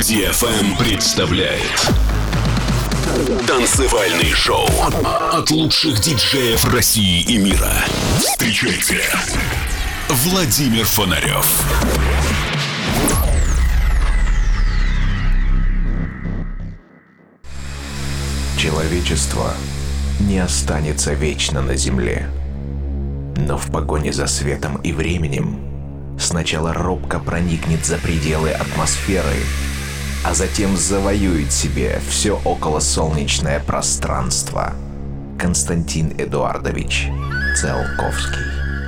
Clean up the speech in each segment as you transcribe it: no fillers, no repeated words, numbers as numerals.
DFM представляет танцевальный шоу от лучших диджеев России и мира. Встречайте, Владимир Фонарев. Человечество не останется вечно на Земле. Но в погоне за светом и временем сначала робко проникнет за пределы атмосферы, а затем завоюет себе все околосолнечное пространство. Константин Эдуардович Циолковский.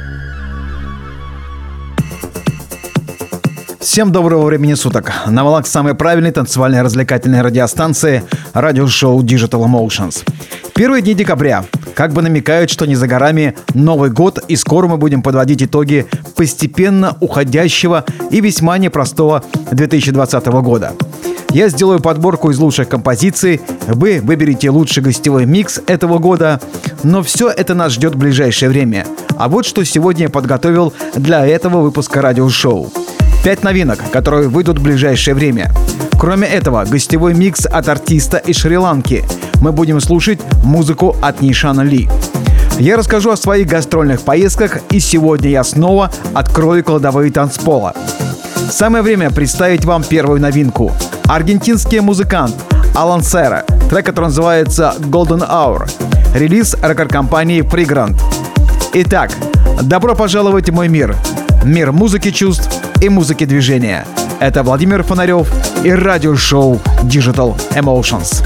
Всем доброго времени суток. На волнах самой правильной танцевальной развлекательной радиостанции радиошоу Digital Emotions. Первые дни декабря как бы намекают, что не за горами Новый год, и скоро мы будем подводить итоги постепенно уходящего и весьма непростого 2020 года. Я сделаю подборку из лучших композиций, вы выберете лучший гостевой микс этого года, но все это нас ждет в ближайшее время. А вот что сегодня я подготовил для этого выпуска радиошоу. 5 новинок, которые выйдут в ближайшее время. Кроме этого, гостевой микс от артиста из Шри-Ланки. Мы будем слушать музыку от Нишана Ли. Я расскажу о своих гастрольных поездках, и сегодня я снова открою кладовые танцпола. Самое время представить вам первую новинку. Аргентинский музыкант Алан Сера, трек, который называется Golden Hour. Релиз рекорд-компании Fragrant. Итак, добро пожаловать в мой мир. Мир музыки чувств и музыки движения. Это Владимир Фонарев и радиошоу Digital Emotions.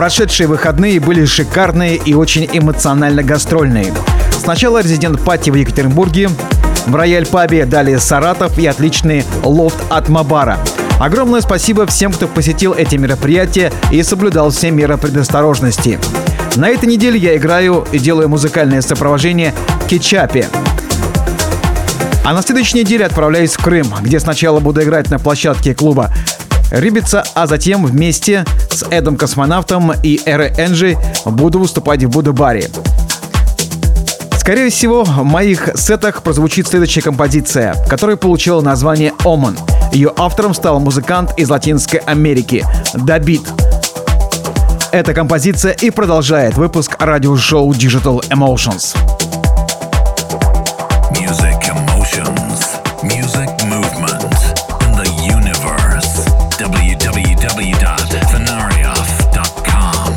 Прошедшие выходные были шикарные и очень эмоционально гастрольные. Сначала резидент-пати в Екатеринбурге, в Рояль-пабе, далее Саратов и отличный лофт от Мабара. Огромное спасибо всем, кто посетил эти мероприятия и соблюдал все меры предосторожности. На этой неделе я играю и делаю музыкальное сопровождение Кетчапе. А на следующей неделе отправляюсь в Крым, где сначала буду играть на площадке клуба Рибица, а затем вместе с Эдом Космонавтом и Эрой Энджи буду выступать в Буду-баре. Скорее всего, в моих сетах прозвучит следующая композиция, которая получила название «Оман». Ее автором стал музыкант из Латинской Америки Дабит. Эта композиция и продолжает выпуск радиошоу Digital Emotions. Music emotions, music movement in the universe. www.fenarioff.com.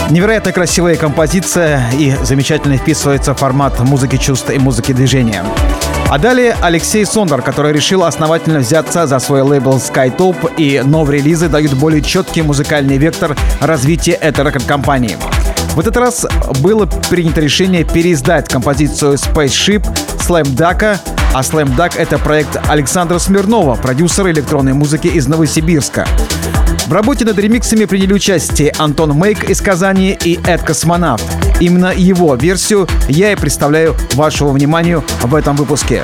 Невероятно красивая композиция и замечательно вписывается в формат музыки чувств и музыки движения. А далее Алексей Сондар, который решил основательно взяться за свой лейбл Skytop, и новые релизы дают более четкий музыкальный вектор развития этой рекорд-компании. В этот раз было принято решение переиздать композицию Spaceship Slam Daka, а Slam Duck — это проект Александра Смирнова, продюсера электронной музыки из Новосибирска. В работе над ремиксами приняли участие Антон Мейк из Казани и Эд Космонавт. Именно его версию я и представляю вашему вниманию в этом выпуске.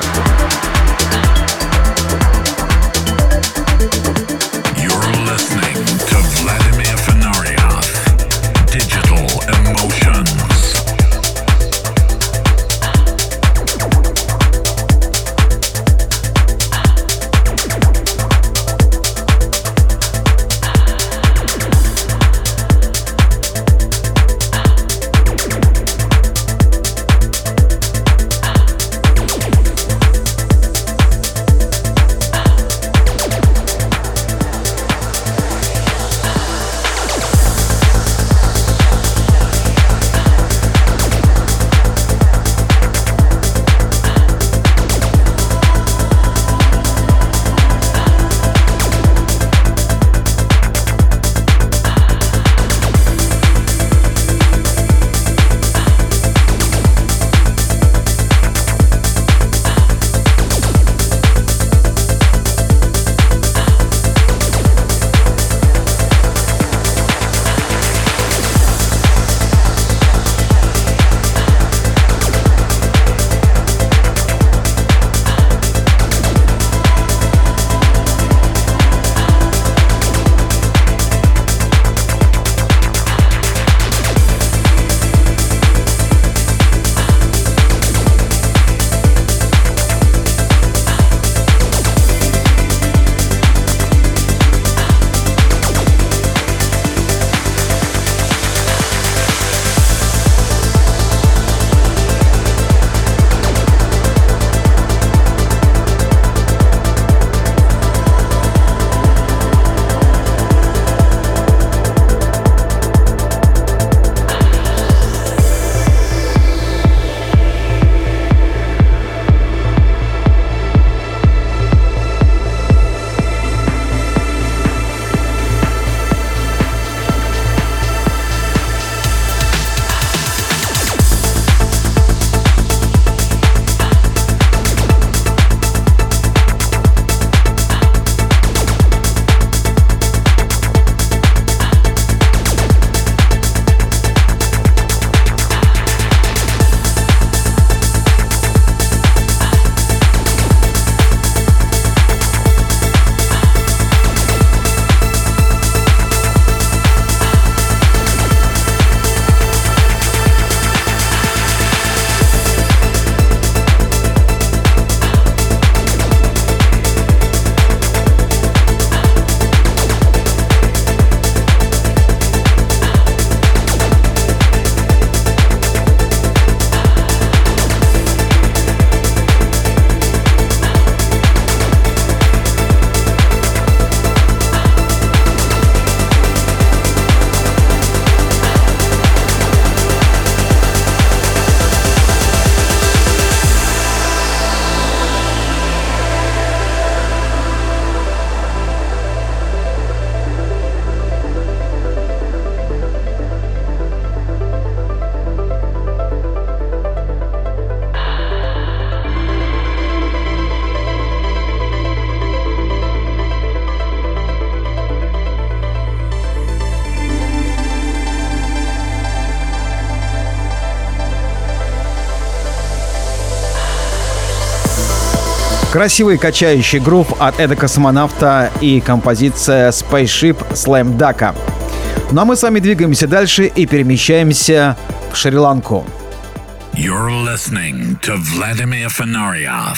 Красивый качающий грув от Эда Космонавта и композиция Spaceship Slam Daka. Ну а мы с вами двигаемся дальше и перемещаемся в Шри-Ланку. You're listening to Vladimir Fenarioff.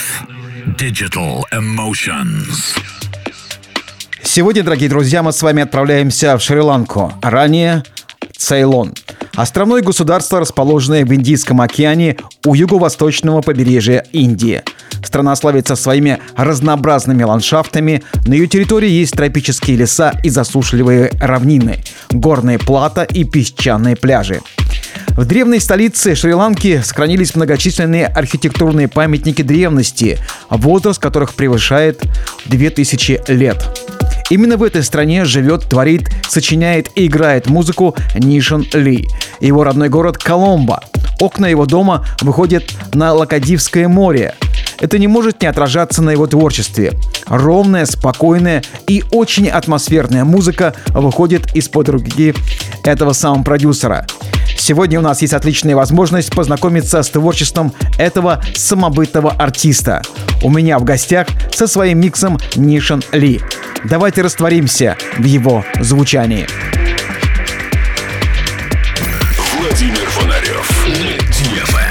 Digital Emotions. Сегодня, дорогие друзья, мы с вами отправляемся в Шри-Ланку. Ранее Цейлон. Островное государство, расположенное в Индийском океане у юго-восточного побережья Индии. Страна славится своими разнообразными ландшафтами. На ее территории есть тропические леса и засушливые равнины, горные плато и песчаные пляжи. В древней столице Шри-Ланки сохранились многочисленные архитектурные памятники древности, возраст которых превышает 2000 лет. Именно в этой стране живет, творит, сочиняет и играет музыку Нишан Ли. Его родной город Коломбо. Окна его дома выходят на Лакадивское море. Это не может не отражаться на его творчестве. Ровная, спокойная и очень атмосферная музыка выходит из-под руки этого самого продюсера. Сегодня у нас есть отличная возможность познакомиться с творчеством этого самобытного артиста. У меня в гостях со своим миксом Нишан Ли. Давайте растворимся в его звучании. Владимир Фонарев. DFM.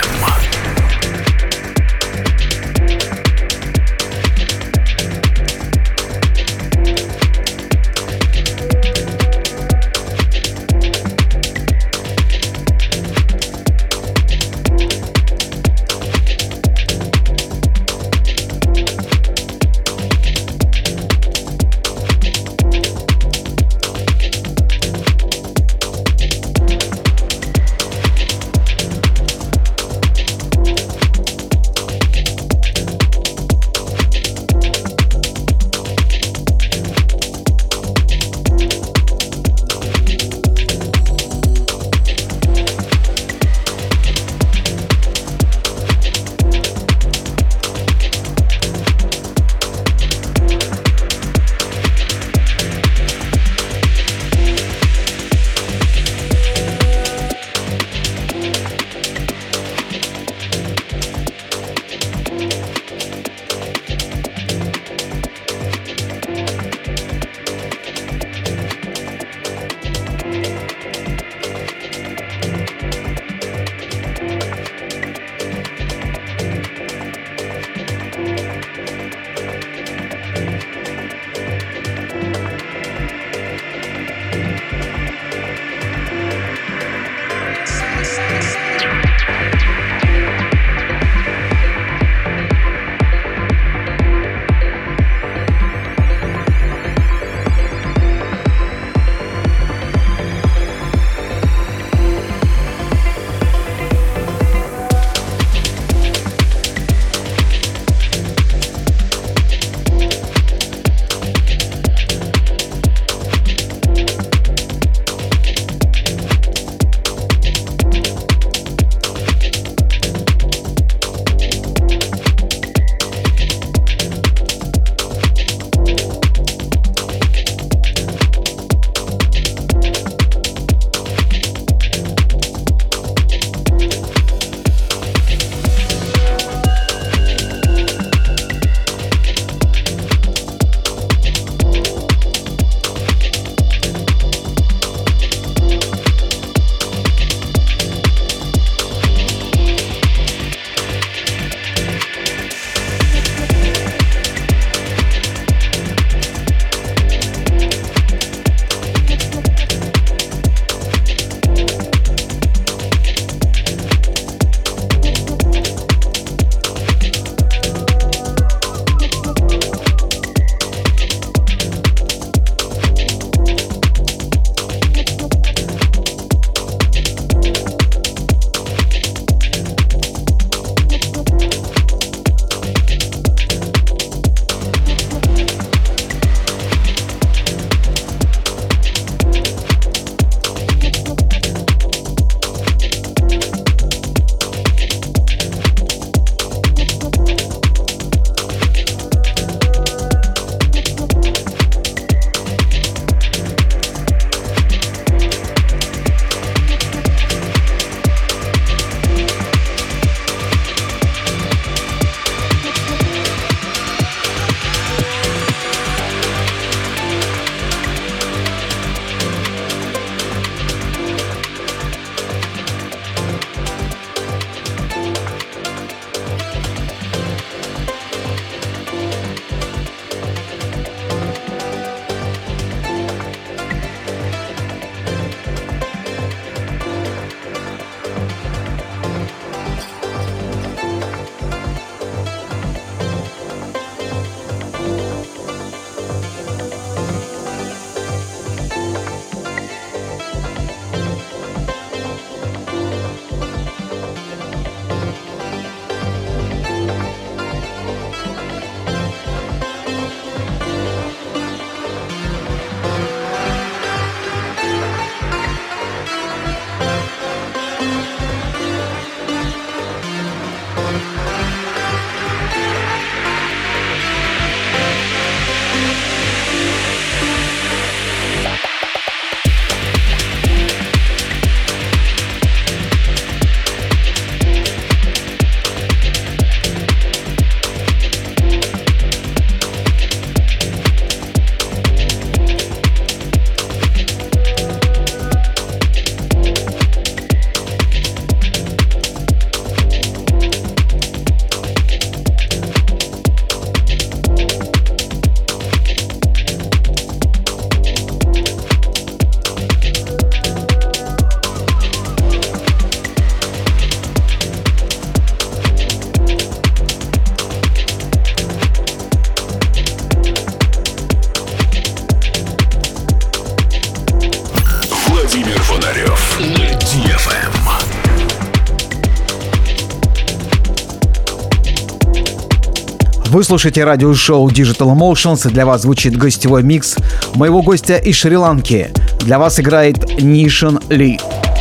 Вы слушаете радиошоу Digital Emotions, и для вас звучит гостевой микс моего гостя из Шри-Ланки. Для вас играет Нишан Ли.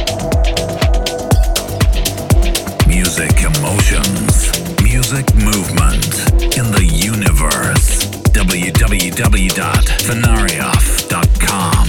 Music emotions, music movement in the universe. www.fenarioff.com.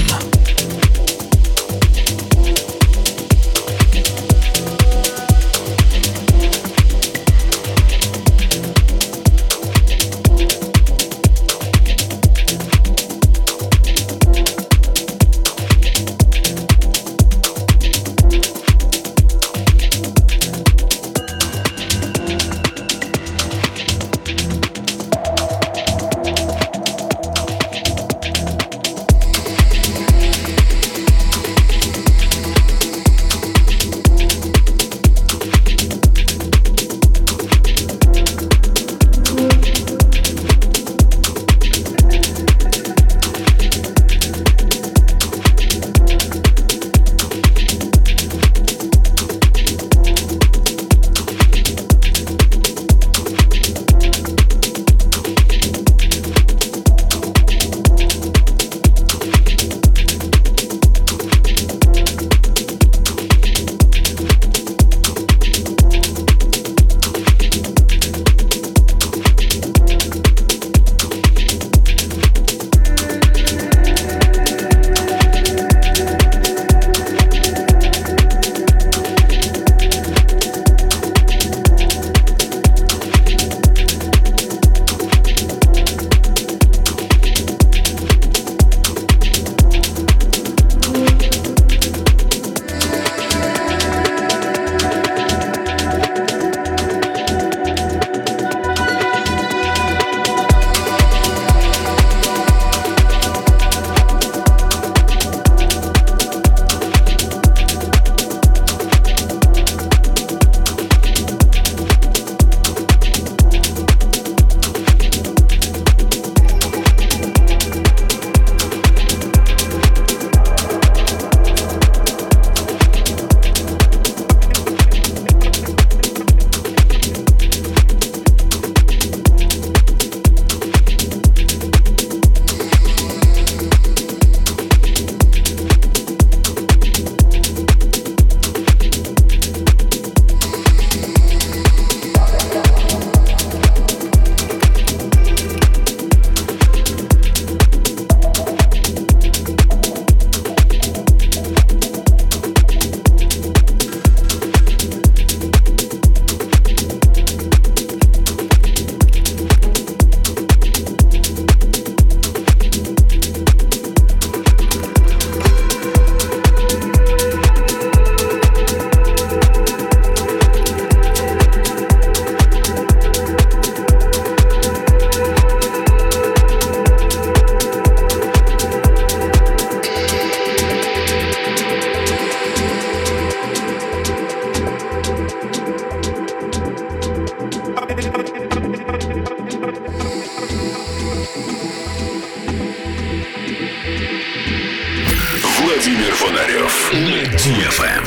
Владимир Фонарев на DFM.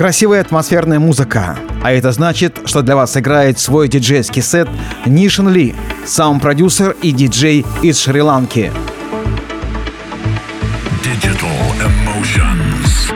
Красивая атмосферная музыка. А это значит, что для вас играет свой диджейский сет Нишин Ли, саунд-продюсер и диджей из Шри-Ланки. Digital Emotions.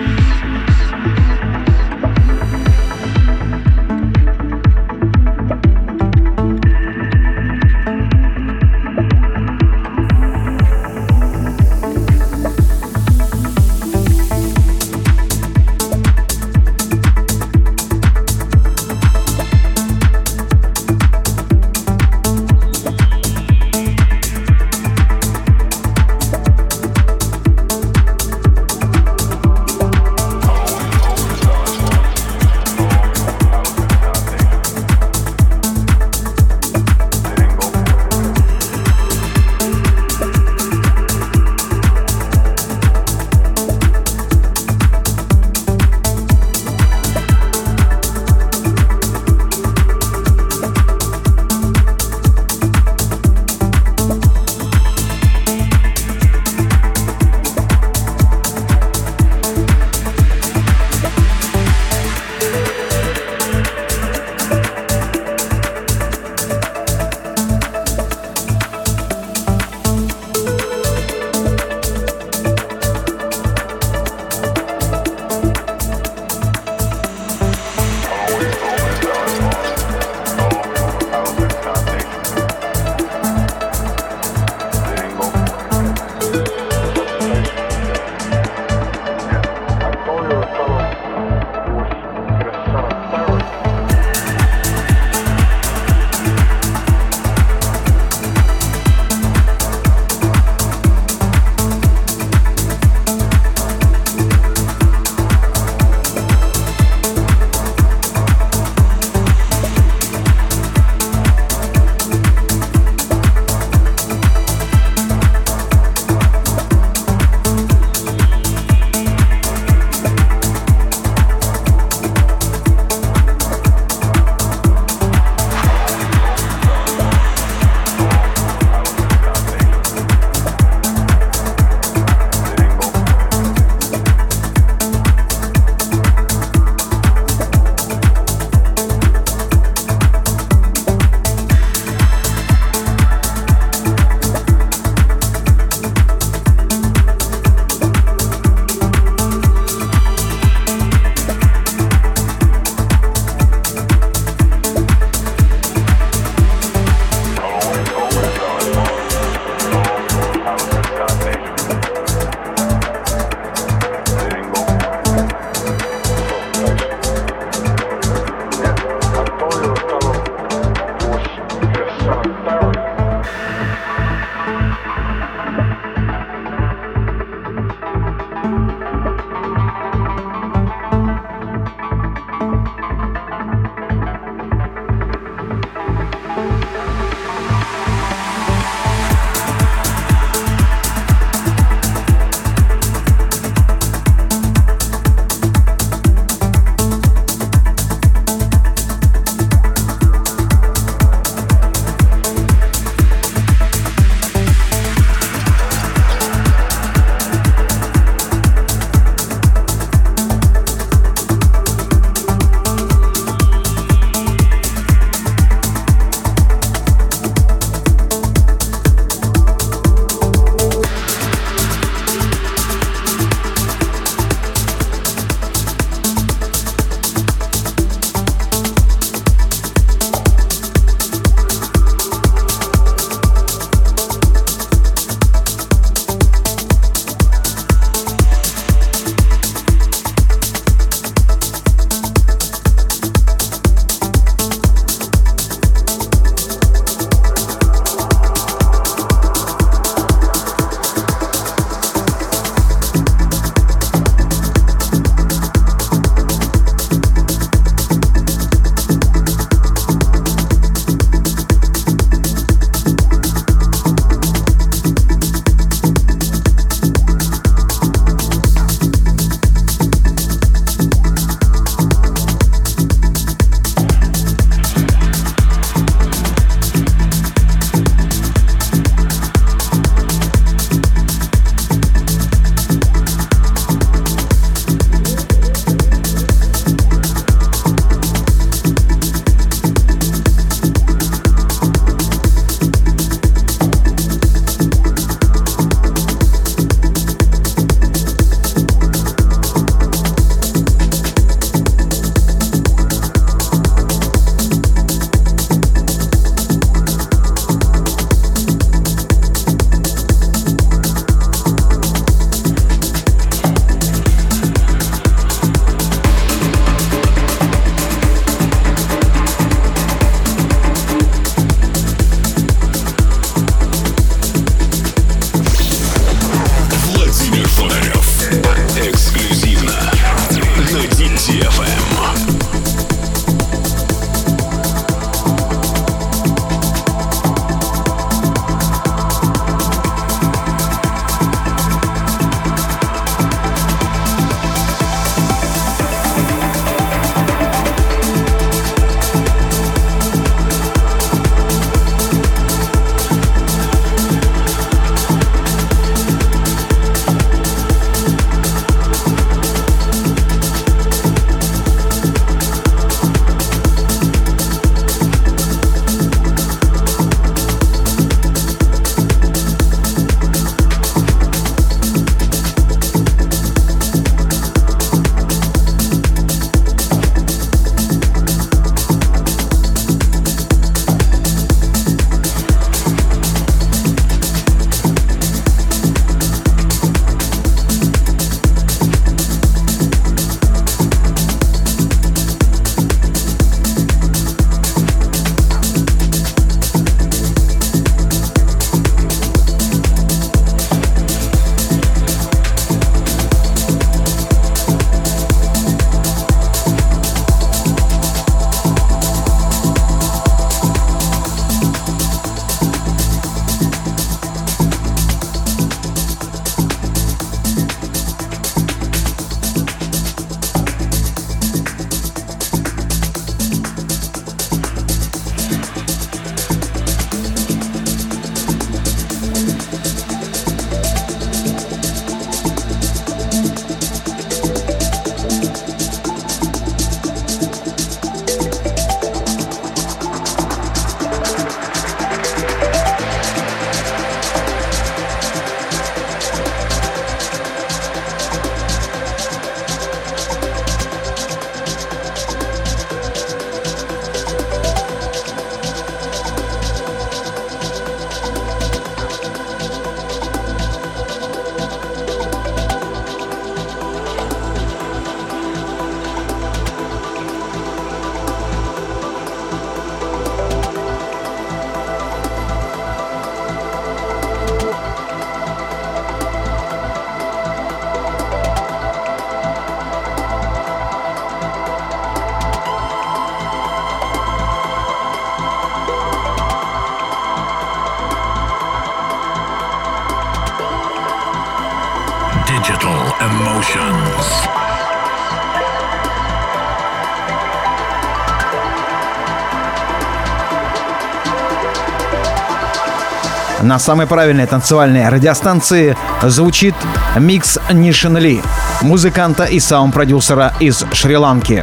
на самой правильной танцевальной радиостанции звучит микс Нишин Ли, музыканта и саунд-продюсера из Шри-Ланки.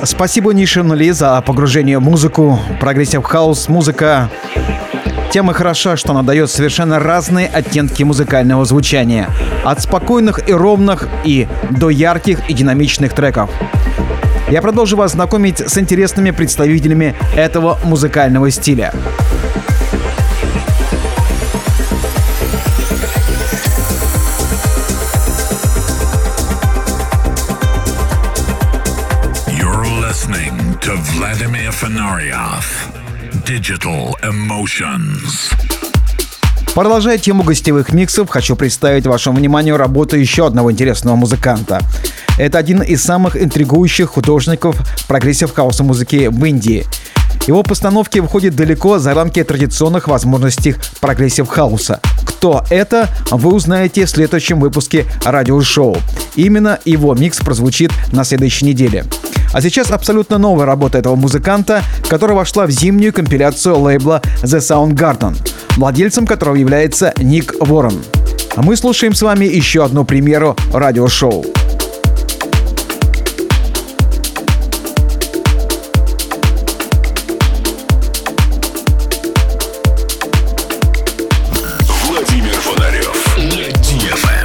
Спасибо Нише Нули за погружение в музыку. Прогрессив хаус, музыка. Тем и хороша, что она дает совершенно разные оттенки музыкального звучания. От спокойных и ровных и до ярких и динамичных треков. Я продолжу вас знакомить с интересными представителями этого музыкального стиля. Listening to Vladimir Fenarioff. Digital Emotions. Продолжая тему гостевых миксов, хочу представить вашему вниманию работу еще одного интересного музыканта. Это один из самых интригующих художников прогрессив хауса музыки в Индии. Его постановки выходят далеко за рамки традиционных возможностей прогрессив хауса. Кто это, вы узнаете в следующем выпуске радиошоу. Именно его микс прозвучит на следующей неделе. А сейчас абсолютно новая работа этого музыканта, которая вошла в зимнюю компиляцию лейбла The Soundgarden, владельцем которого является Ник Уоррен. А мы слушаем с вами еще одну премьеру радиошоу. Владимир Фонарев на DFM.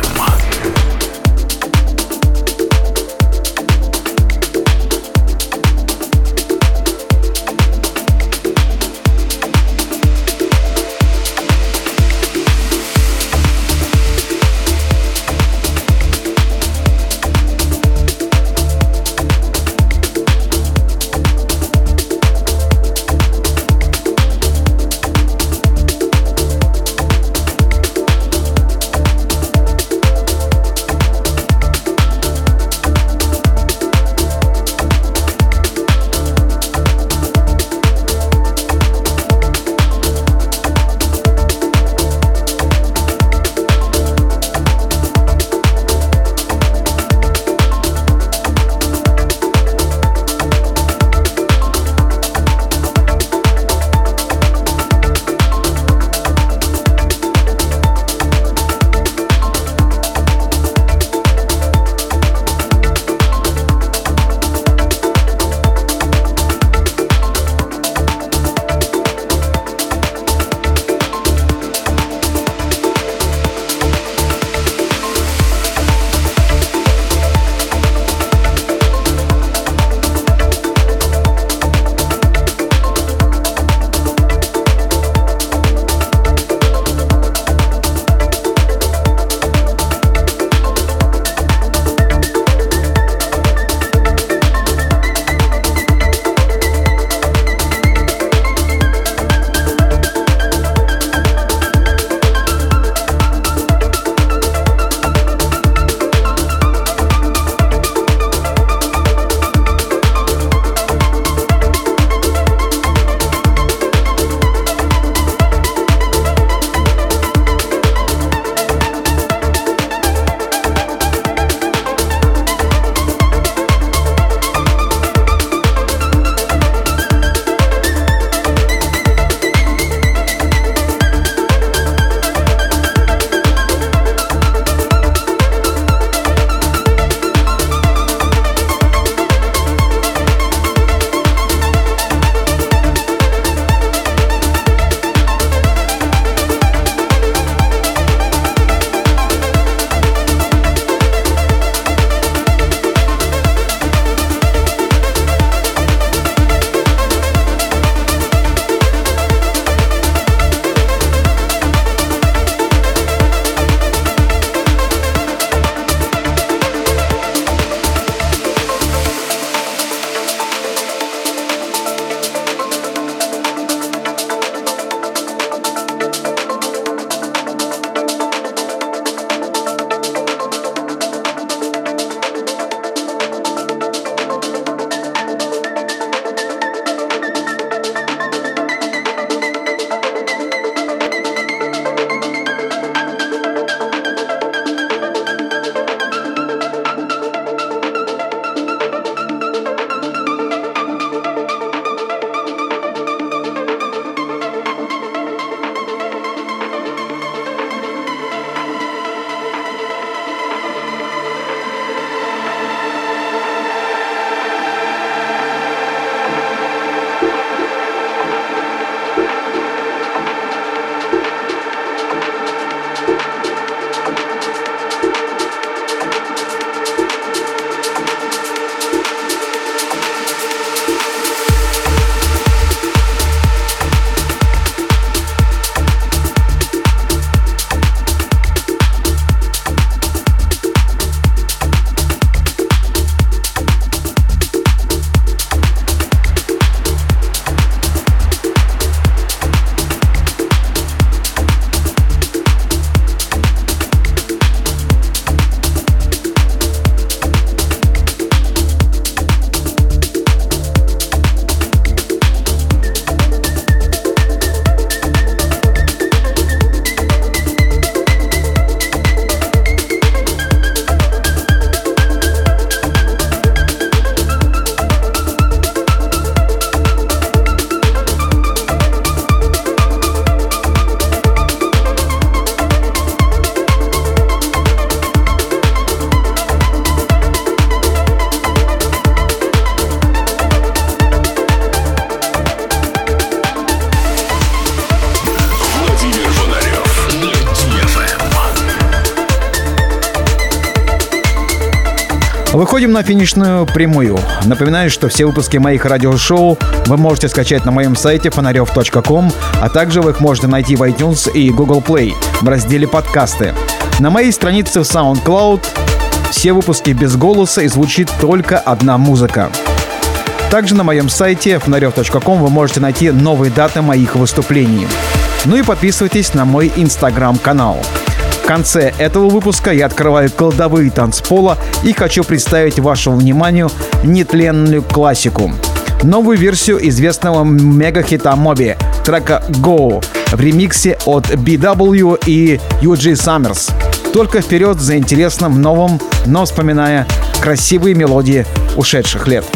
Выходим на финишную прямую. Напоминаю, что все выпуски моих радиошоу вы можете скачать на моем сайте фонарев.com, а также вы их можете найти в iTunes и Google Play в разделе «Подкасты». На моей странице в SoundCloud все выпуски без голоса и звучит только одна музыка. Также на моем сайте фонарев.com вы можете найти новые даты моих выступлений. Ну и подписывайтесь на мой Instagram-канал. В конце этого выпуска я открываю кладовые танцпола и хочу представить вашему вниманию нетленную классику. Новую версию известного мега-хита Моби, трека «Go» в ремиксе от BW и UG Summers. Только вперед за интересным новым, но вспоминая красивые мелодии ушедших лет.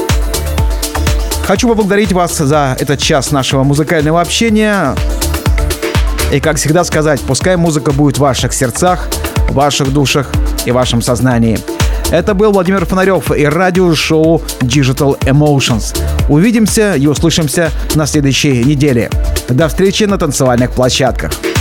Хочу поблагодарить вас за этот час нашего музыкального общения. И, как всегда, сказать, пускай музыка будет в ваших сердцах, в ваших душах и в вашем сознании. Это был Владимир Фонарев и радиошоу Digital Emotions. Увидимся и услышимся на следующей неделе. До встречи на танцевальных площадках.